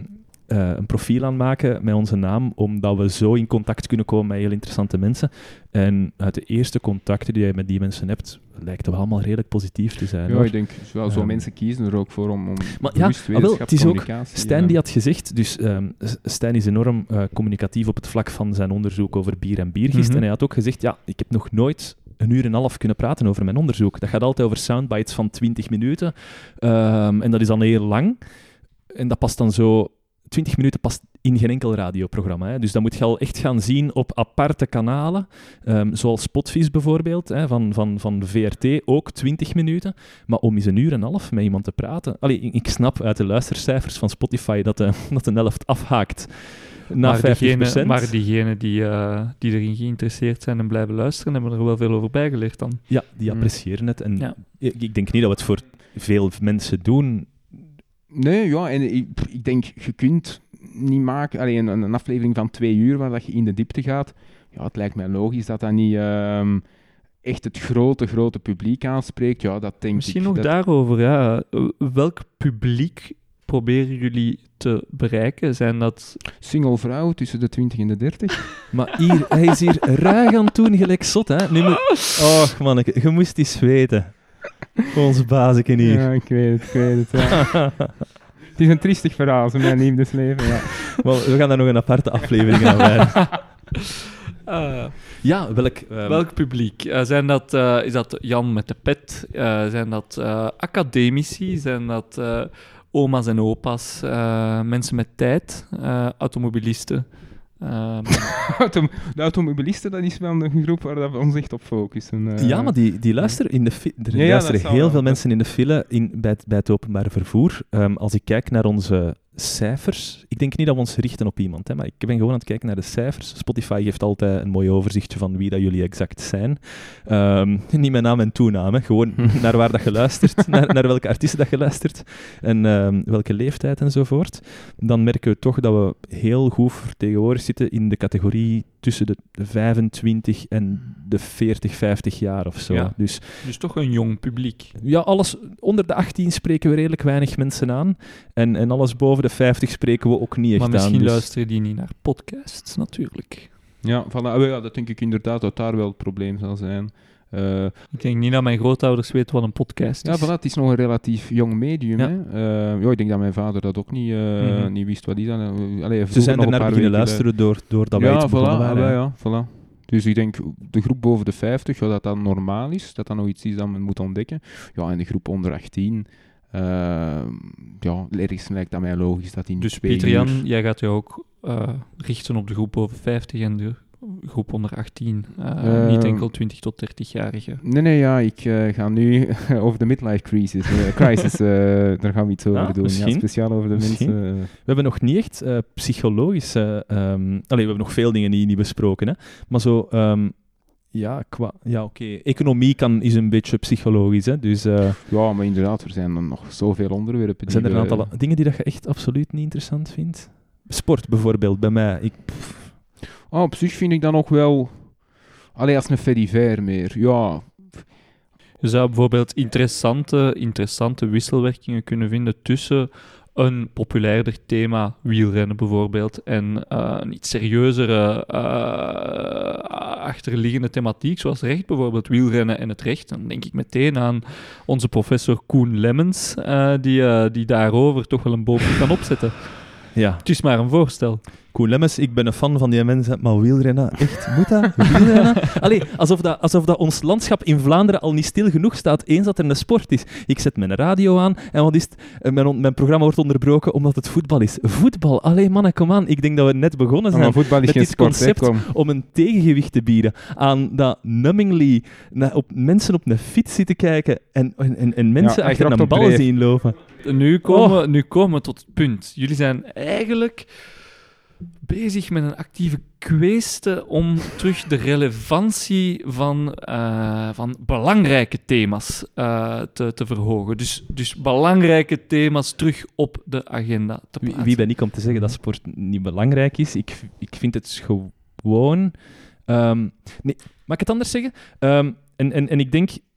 een profiel aanmaken met onze naam, omdat we zo in contact kunnen komen met heel interessante mensen. En uit de eerste contacten die je met die mensen hebt, lijkt het allemaal redelijk positief te zijn. Ja, hoor. ik denk, zo mensen kiezen er ook voor om Maar bewust het is ook, communicatie... Stijn die had gezegd, dus Stijn is enorm communicatief op het vlak van zijn onderzoek over bier en biergist. Mhm. En hij had ook gezegd, ja, ik heb nog nooit 1,5 uur kunnen praten over mijn onderzoek. Dat gaat altijd over soundbites van 20 minuten. En dat is dan heel lang. En dat past dan zo... 20 minuten past in geen enkel radioprogramma. Hè. Dus dat moet je al echt gaan zien op aparte kanalen, zoals Spotvis bijvoorbeeld, hè, van de VRT, ook 20 minuten. Maar om eens 1,5 uur met iemand te praten... Allee, ik snap uit de luistercijfers van Spotify dat de helft afhaakt na 50%. Maar diegenen die erin geïnteresseerd zijn en blijven luisteren, hebben er wel veel over bijgeleerd dan. Ja, die appreciëren het. En Ja. ik denk niet dat we het voor veel mensen doen. Nee, ja, en ik denk, je kunt niet maken... Alleen een aflevering van 2 uur waar dat je in de diepte gaat. Ja, het lijkt mij logisch dat dat niet echt het grote publiek aanspreekt. Ja, dat denk Misschien ik... nog dat... daarover, ja. Welk publiek proberen jullie te bereiken? Zijn dat... Single vrouw tussen de 20 en de 30. Maar hier, hij is hier ruig aan het doen, gelijk zot, hè. Nu Och, manneke, je moest eens weten. Ons bazeken hier. Ja, ik weet het. Ja. Het is een triestig verhaal, zo mijn liefdesleven. Ja. Wel, we gaan daar nog een aparte aflevering aan wijden. Ja, Welk publiek? Is dat Jan met de pet? Zijn dat academici? Zijn dat oma's en opa's? Mensen met tijd? Automobilisten? De automobilisten, dat is wel een groep waar dat we ons echt op focussen. Ja, maar die luisteren in de er Ja, luisteren dat zal heel wel. veel mensen in de file bij het openbaar vervoer. Als ik kijk naar onze cijfers, ik denk niet dat we ons richten op iemand, hè, maar ik ben gewoon aan het kijken naar de cijfers. Spotify geeft altijd een mooi overzichtje van wie dat jullie exact zijn. Niet met naam en toenaam, hè, gewoon naar waar dat je luistert, naar welke artiesten dat je luistert en welke leeftijd enzovoort. Dan merken we toch dat we heel goed vertegenwoordigd zitten in de categorie tussen de 25 en de 40, 50 jaar of zo. Ja. Dus Dus toch een jong publiek. ja, alles onder de 18 spreken we redelijk weinig mensen aan. En alles boven de 50 spreken we ook niet echt Maar aan. misschien Dus luisteren die niet naar podcasts, natuurlijk. Ja, ja, dat denk ik inderdaad dat daar wel het probleem zal zijn. Ik denk niet dat mijn grootouders weten wat een podcast is. Ja, voilà, het is nog een relatief jong medium. Ja. Hè? Ja, ik denk dat mijn vader dat ook niet wist wat die dan... ze zijn er naar beginnen luisteren doordat wij iets begonnen waren. Ja, voilà. Dus ik denk, de groep boven de 50, dat dat normaal is, dat dat nog iets is dat men moet ontdekken. Ja, en de groep onder 18, ergens lijkt dat mij logisch dat die Dus Pieter-Jan, jij gaat je ook richten op de groep boven 50 en de groep onder 18. Niet enkel 20 tot 30-jarigen. Nee, ja, ik ga nu over de midlife crisis. Daar gaan we iets over doen. Misschien. Ja, speciaal over de Misschien. mensen... We hebben nog niet echt psychologische... we hebben nog veel dingen niet besproken, hè. Maar zo... oké. Economie is een beetje psychologisch, hè. Dus... Ja, maar inderdaad, er zijn dan nog zoveel onderwerpen. zijn er een aantal dingen die dat je echt absoluut niet interessant vindt? Sport bijvoorbeeld, bij mij. Op zich vind ik dat nog wel... Allee, als een fediver meer. Ja, Je zou bijvoorbeeld interessante wisselwerkingen kunnen vinden tussen een populairder thema, wielrennen bijvoorbeeld, en een iets serieuzere achterliggende thematiek, zoals recht bijvoorbeeld, wielrennen en het recht. Dan denk ik meteen aan onze professor Koen Lemmens, die daarover toch wel een boogje kan opzetten. Ja. Het is maar een voorstel. Koen Lemmens, ik ben een fan van die mensen, maar wielrennen, echt, moet dat? Wielrennen? Allee, alsof dat ons landschap in Vlaanderen al niet stil genoeg staat, eens dat er een sport is. Ik zet mijn radio aan en wat is het? Mijn programma wordt onderbroken omdat het voetbal is. Voetbal? Allee mannen, kom aan. Ik denk dat we net begonnen zijn voetbal is met geen dit sport, concept hè, kom. om een tegengewicht te bieden aan dat numbingly op mensen op een fiets zitten kijken en mensen hij achter trapt een op bal dreef. zien lopen. Nu komen we tot het punt. Jullie zijn eigenlijk bezig met een actieve kwestie om terug de relevantie van belangrijke thema's te verhogen. Dus belangrijke thema's terug op de agenda te plaatsen. Wie ben ik om te zeggen dat sport niet belangrijk is? Ik vind het gewoon... nee, mag ik het anders zeggen? En ik denk...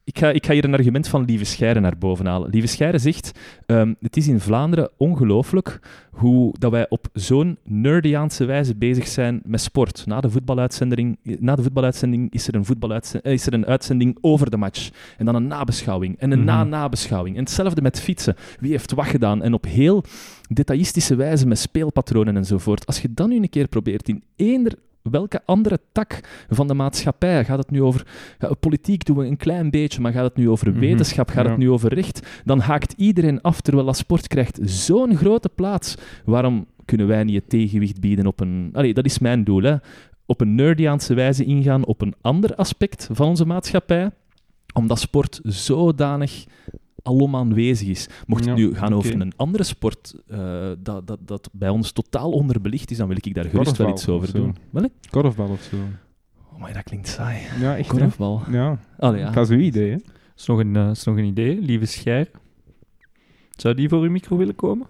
Ik ga hier een argument van Lieve Scheire naar boven halen. Lieve Scheire zegt, het is in Vlaanderen ongelooflijk hoe dat wij op zo'n nerdiaanse wijze bezig zijn met sport. Na de voetbaluitzending is er een uitzending over de match. En dan een nabeschouwing. En een na-nabeschouwing. En hetzelfde met fietsen. Wie heeft wat gedaan? En op heel detailistische wijze met speelpatronen enzovoort. Als je dan nu een keer probeert in eender welke andere tak van de maatschappij, gaat het nu over politiek, doen we een klein beetje, maar gaat het nu over wetenschap, gaat het nu over recht, dan haakt iedereen af, terwijl dat sport krijgt zo'n grote plaats. Waarom kunnen wij niet het tegenwicht bieden op een... Allee, dat is mijn doel, hè. Op een nerdiaanse wijze ingaan op een ander aspect van onze maatschappij, omdat sport zodanig alom aanwezig is. Mocht het nu gaan over een andere sport dat bij ons totaal onderbelicht is, dan wil ik daar gerust wel iets over doen. Korfbal of zo. Oh, maar dat klinkt saai. Ja, echt. Korfbal. Ja. Allee, ja. Dat is uw idee, hè? Dat is nog een idee, Lieve Scheire. Zou die voor uw micro willen komen?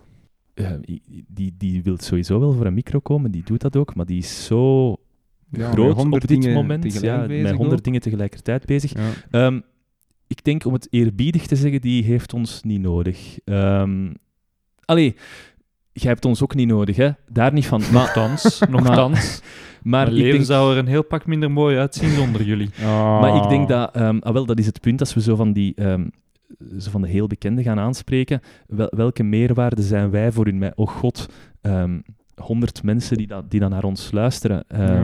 Die wil sowieso wel voor een micro komen, die doet dat ook, maar die is zo groot op dit moment. Met 100 dingen tegelijkertijd bezig. Ja. Ik denk, om het eerbiedig te zeggen, die heeft ons niet nodig. Jij hebt ons ook niet nodig, hè? Daar niet van. Nochtans. Maar ik leven denk... zou er een heel pak minder mooi uitzien zonder jullie. Oh. Maar ik denk dat... dat is het punt, als we zo van de heel bekende gaan aanspreken. Welke meerwaarde zijn wij voor hun? Oh god, 100 mensen die dan naar ons luisteren.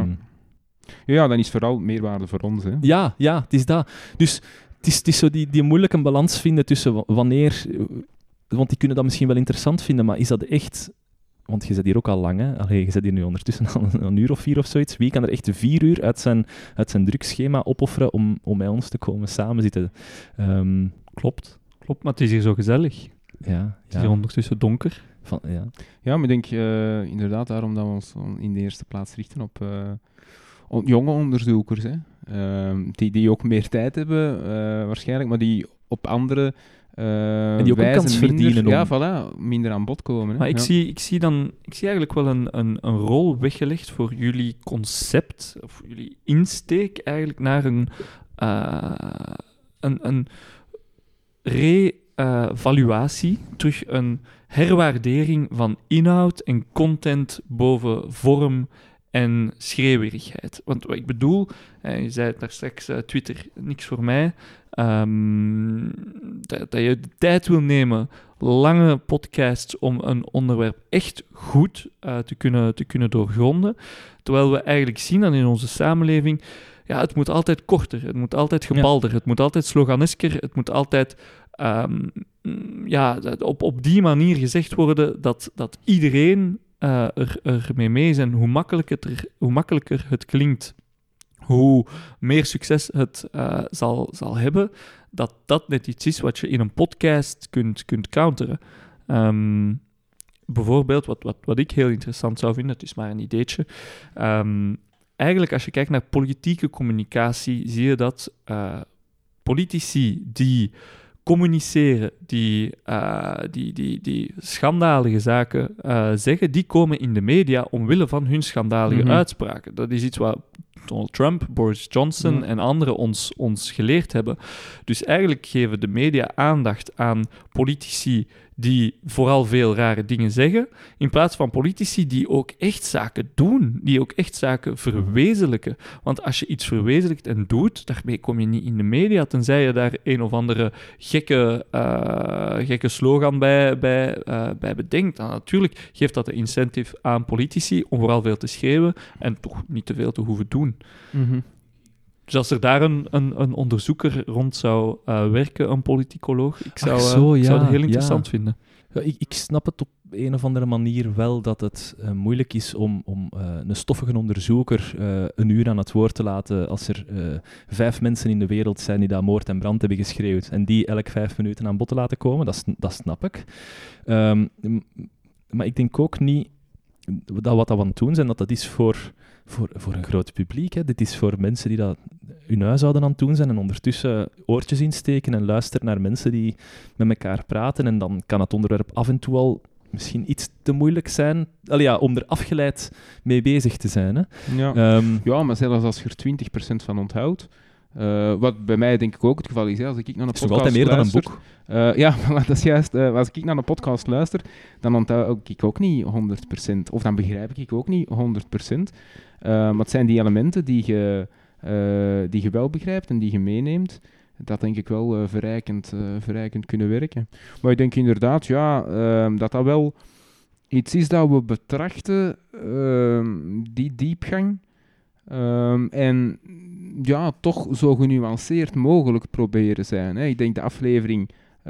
Ja, dan is vooral meerwaarde voor ons, hè? Ja, het is dat. Dus... Het is zo die moeilijke balans vinden tussen wanneer... Want die kunnen dat misschien wel interessant vinden, maar is dat echt... Want je zit hier ook al lang, hè? Allee, je zit hier nu ondertussen al een uur of 4 of zoiets. Wie kan er echt 4 uur uit zijn drukschema opofferen om bij ons te komen samenzitten? Klopt, maar het is hier zo gezellig. Ja. Het is hier ondertussen donker. Ja, maar ik denk inderdaad daarom dat we ons in de eerste plaats richten op jonge onderzoekers, hè? Die ook meer tijd hebben, waarschijnlijk, maar die op andere en die ook een kans verdienen. Minder aan bod komen. Hè? Maar ik zie eigenlijk wel een rol weggelegd voor jullie concept, of jullie insteek eigenlijk naar een revaluatie, terug een herwaardering van inhoud en content boven vorm en schreeuwerigheid. Want wat ik bedoel, je zei het daar straks, Twitter, niks voor mij, dat je de tijd wil nemen, lange podcasts om een onderwerp echt goed te kunnen doorgronden, terwijl we eigenlijk zien dat in onze samenleving, het moet altijd korter, het moet altijd gebalder, het moet altijd sloganesker, het moet altijd op die manier gezegd worden dat iedereen er mee mee is en hoe makkelijker het klinkt, hoe meer succes het zal hebben, dat net iets is wat je in een podcast kunt counteren. Bijvoorbeeld, wat ik heel interessant zou vinden, het is maar een ideetje, eigenlijk als je kijkt naar politieke communicatie, zie je dat politici die communiceren, die schandalige zaken zeggen, die komen in de media omwille van hun schandalige uitspraken. Dat is iets wat Donald Trump, Boris Johnson en anderen ons geleerd hebben. Dus eigenlijk geven de media aandacht aan politici die vooral veel rare dingen zeggen, in plaats van politici die ook echt zaken doen, die ook echt zaken verwezenlijken. Want als je iets verwezenlijkt en doet, daarmee kom je niet in de media, tenzij je daar een of andere gekke slogan bij bedenkt. Dan natuurlijk geeft dat de incentive aan politici om vooral veel te schreeuwen en toch niet te veel te hoeven doen. Mm-hmm. Dus als er daar een onderzoeker rond zou werken, een politicoloog, ik zou dat heel interessant vinden. Ja, ik snap het op een of andere manier wel dat het moeilijk is om een stoffige onderzoeker een uur aan het woord te laten als er 5 mensen in de wereld zijn die daar moord en brand hebben geschreeuwd en die elk 5 minuten aan bod te laten komen. Dat snap ik. Maar ik denk ook niet dat wat we aan het doen zijn, dat is voor een groot publiek. Hè. Dit is voor mensen die dat hun huishouden aan het doen zijn en ondertussen oortjes insteken en luisteren naar mensen die met elkaar praten. En dan kan het onderwerp af en toe al misschien iets te moeilijk zijn om er afgeleid mee bezig te zijn. Hè. Ja. Maar zelfs als je er 20% van onthoudt, Wat bij mij denk ik ook het geval is. Hè. Als ik naar een Het is podcast nog altijd meer dan een luister, boek. ja, voilà, dat is juist. Als ik naar een podcast luister, dan onthoud ik ook niet 100%. Of dan begrijp ik ook niet 100%. Maar het zijn die elementen die je wel begrijpt en die je meeneemt, dat denk ik wel verrijkend kunnen werken. Maar ik denk inderdaad dat wel iets is dat we betrachten, die diepgang. En ja, toch zo genuanceerd mogelijk proberen zijn. Hè. Ik denk de aflevering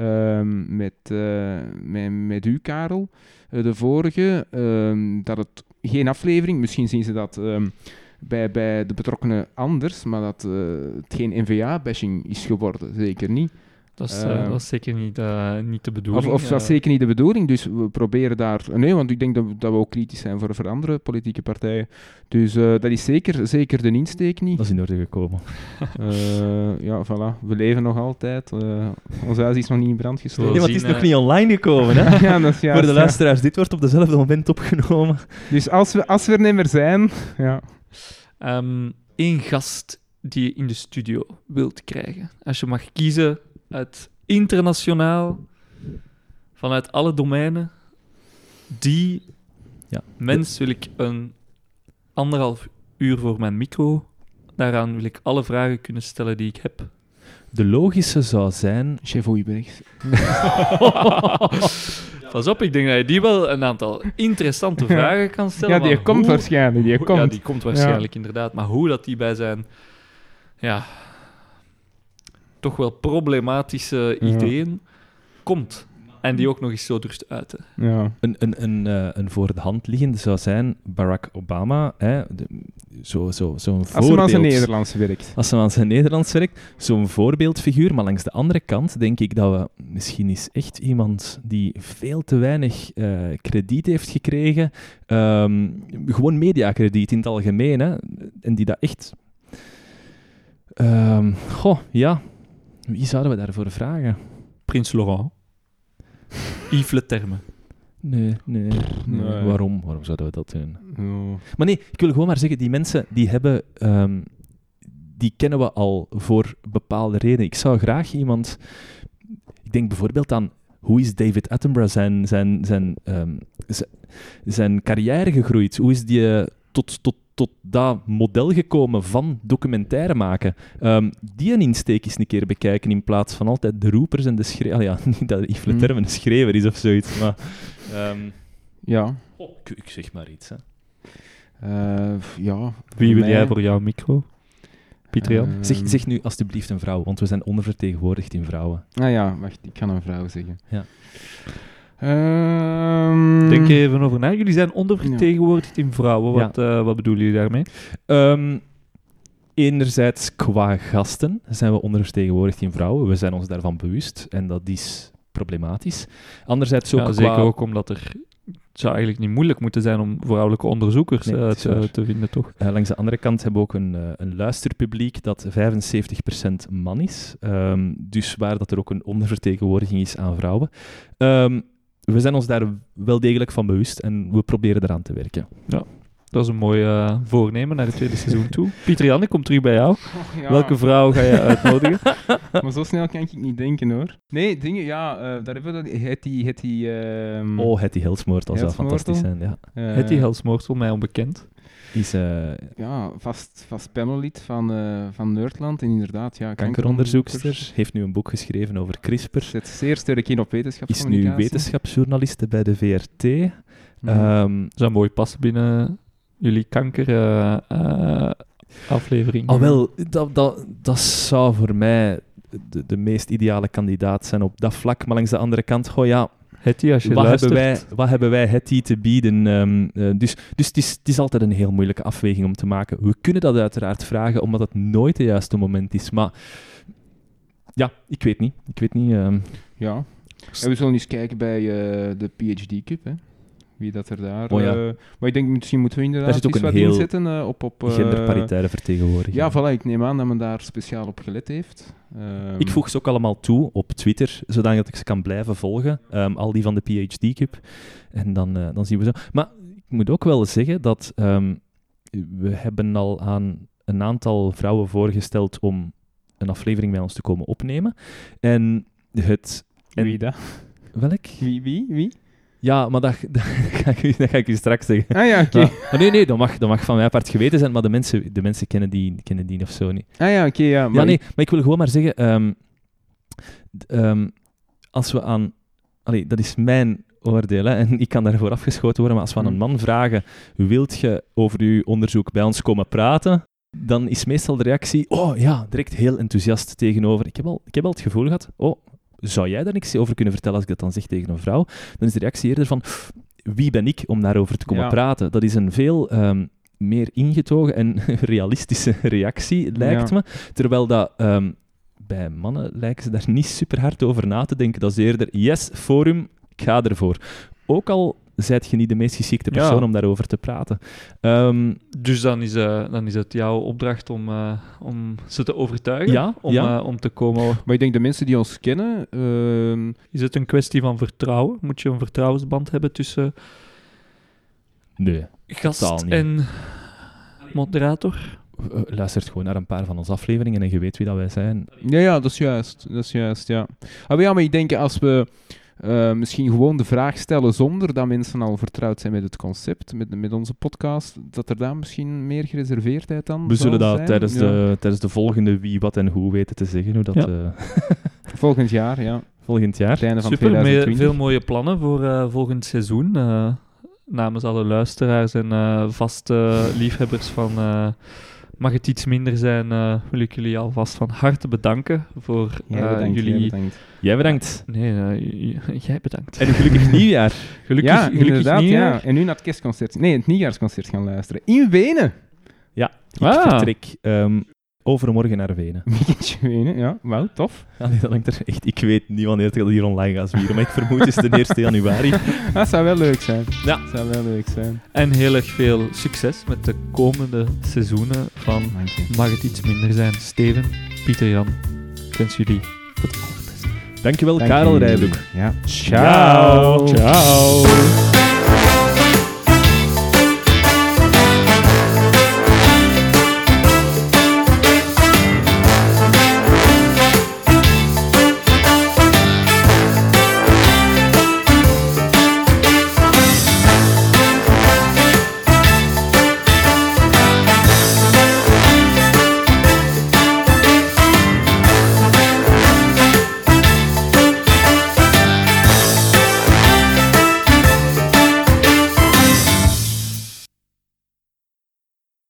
met u, Karel, de vorige, dat het geen aflevering, misschien zien ze dat bij de betrokkenen anders, maar dat het geen N-VA-bashing is geworden, zeker niet. Dat is zeker niet de bedoeling. Of dat is zeker niet de bedoeling, dus we proberen daar... Nee, want ik denk dat we ook kritisch zijn voor andere politieke partijen. Dus dat is zeker de insteek niet. Dat is in orde gekomen. Ja, voilà. We leven nog altijd. Ons huis is nog niet in brand gestoken. Nee, want het is nog niet online gekomen, hè? Ja, dat is juist, Voor de luisteraars, dit wordt op dezelfde moment opgenomen. Dus als we er niet meer zijn... Ja. Eén gast die je in de studio wilt krijgen. Als je mag kiezen uit internationaal, vanuit alle domeinen, die mens wil ik 1,5 uur voor mijn micro. Daaraan wil ik alle vragen kunnen stellen die ik heb. De logische zou zijn... Chef Oeibrechts. Pas op, ik denk dat je die wel een aantal interessante vragen kan stellen. Ja, die komt waarschijnlijk. Ja, die komt waarschijnlijk, inderdaad. Maar hoe dat die bij zijn... Ja... toch wel problematische ideeën komt. En die ook nog eens zo durft uiten. Ja. Een voor de hand liggende zou zijn Barack Obama. Hè, zo'n voorbeeld. Als hij aan zijn Nederlands werkt. Als hij aan zijn Nederlands werkt. Zo'n voorbeeldfiguur. Maar langs de andere kant denk ik dat we... Misschien is echt iemand die veel te weinig krediet heeft gekregen. Gewoon mediakrediet in het algemeen. Hè, en die dat echt... Wie zouden we daarvoor vragen? Prins Laurent. Yves Le Terme. Nee. Waarom zouden we dat doen? Oh. Maar nee, ik wil gewoon maar zeggen, die mensen die hebben... die kennen we al voor bepaalde redenen. Ik zou graag iemand... Ik denk bijvoorbeeld aan... Hoe is David Attenborough zijn carrière gegroeid? Hoe is die tot dat model gekomen van documentaire maken? Die een insteek eens een keer bekijken in plaats van altijd de roepers en de schreeuwers. Ja, niet dat Yves Le Terme een schreeuwer is of zoiets, maar... Ja. Ik zeg maar iets, hè. Ja. Wie wil jij voor jouw micro? Pieter-Jan? Zeg nu alsjeblieft een vrouw, want we zijn ondervertegenwoordigd in vrouwen. Ah ja, wacht, ik kan een vrouw zeggen. Ja. Denk er even over na. Jullie zijn ondervertegenwoordigd in vrouwen. Wat bedoelen jullie daarmee? Enerzijds qua gasten zijn we ondervertegenwoordigd in vrouwen. We zijn ons daarvan bewust en dat is problematisch. Anderzijds ook zeker ook omdat het zou eigenlijk niet moeilijk moeten zijn om vrouwelijke onderzoekers te vinden, toch? Langs de andere kant hebben we ook een luisterpubliek dat 75% man is. Dus waar dat er ook een ondervertegenwoordiging is aan vrouwen. We zijn ons daar wel degelijk van bewust en we proberen eraan te werken. Ja, dat is een mooi voornemen naar het tweede seizoen toe. Pieter-Jan, ik kom terug bij jou. Oh, ja. Welke vrouw ga je uitnodigen? Maar zo snel kan ik niet denken, hoor. Nee, dingen, daar hebben we dat... Hetty Helsmoortel zou fantastisch zijn, ja. Hetty Helsmoortel, mij onbekend. Is vast panellid van Nerdland en inderdaad, kankeronderzoekster. Heeft nu een boek geschreven over CRISPR. Zet zeer sterk in op wetenschapscommunicatie. Is nu wetenschapsjournaliste bij de VRT. Zou mooi passen binnen jullie kankeraflevering. Dat zou voor mij de meest ideale kandidaat zijn op dat vlak. Maar langs de andere kant, Hetty, als je luistert. Wat hebben wij Hetty te bieden? Dus het is altijd een heel moeilijke afweging om te maken. We kunnen dat uiteraard vragen, omdat het nooit het juiste moment is. Maar ja, ik weet niet. Ja, en we zullen eens kijken bij de PhD Cup, hè. Wie dat er daar... maar ik denk, misschien moeten we inderdaad iets wat inzetten op genderparitaire vertegenwoordiging. Ja, voilà, ik neem aan dat men daar speciaal op gelet heeft. Ik voeg ze ook allemaal toe op Twitter, zodat ik ze kan blijven volgen. Al die van de PhD Cup. En dan zien we zo. Maar ik moet ook wel zeggen dat we hebben al aan een aantal vrouwen voorgesteld om een aflevering bij ons te komen opnemen. En Wie dat? Welk? Wie? Ja, maar dat ga ik u straks zeggen. Ah ja, oké. Maar nee, dat mag van mij apart geweten zijn, maar de mensen kennen die of zo niet. Ah ja, oké, ja. Maar ik wil gewoon maar zeggen, als we aan... Allee, dat is mijn oordeel, hè, en ik kan daarvoor afgeschoten worden, maar als we aan een man vragen, wilt je over uw onderzoek bij ons komen praten, dan is meestal de reactie, oh ja, direct heel enthousiast tegenover. Ik heb al het gevoel gehad, oh, zou jij daar niks over kunnen vertellen als ik dat dan zeg tegen een vrouw? Dan is de reactie eerder van, wie ben ik om daarover te komen praten? Dat is een veel meer ingetogen en realistische reactie, lijkt me. Terwijl dat... bij mannen lijken ze daar niet super hard over na te denken. Dat is eerder, yes, forum, ik ga ervoor. Ook al zijt je niet de meest geschikte persoon om daarover te praten. Dus dan is het jouw opdracht om ze te overtuigen om te komen. Maar ik denk de mensen die ons kennen... Is het een kwestie van vertrouwen? Moet je een vertrouwensband hebben tussen gast en moderator? Luistert gewoon naar een paar van onze afleveringen en je weet wie dat wij zijn. Ja, dat is juist, ja. Maar ik denk als we misschien gewoon de vraag stellen zonder dat mensen al vertrouwd zijn met het concept, met onze podcast, dat er daar misschien meer gereserveerdheid aan We zullen dat zijn. tijdens de volgende wie, wat en hoe weten te zeggen. Hoe dat, volgend jaar, ja. Volgend jaar. Het einde van Super, 2020. veel mooie plannen voor volgend seizoen. Namens alle luisteraars en vaste liefhebbers van... Mag het iets minder zijn, wil ik jullie alvast van harte bedanken voor jullie... Jij bedankt. Nee, jij bedankt. En een gelukkig nieuwjaar. Gelukkig inderdaad, nieuwjaar. ja. En nu naar het kerstconcert. Nee, het nieuwjaarsconcert gaan luisteren. In Wenen. Ja, ik vertrek overmorgen naar Wenen. Weekendje Wenen, ja. Wauw, tof. Allee, dat hangt er echt... Ik weet niet wanneer het hier online gaat zwieren, maar ik vermoed het is de 1 januari. Dat zou wel leuk zijn. Ja. Dat zou wel leuk zijn. En heel erg veel succes met de komende seizoenen van Mag het iets minder zijn. Steven, Pieter Jan, ik wens jullie het allerbeste. Dankjewel, Karel Rijbroek. Ja. Ciao. Ciao.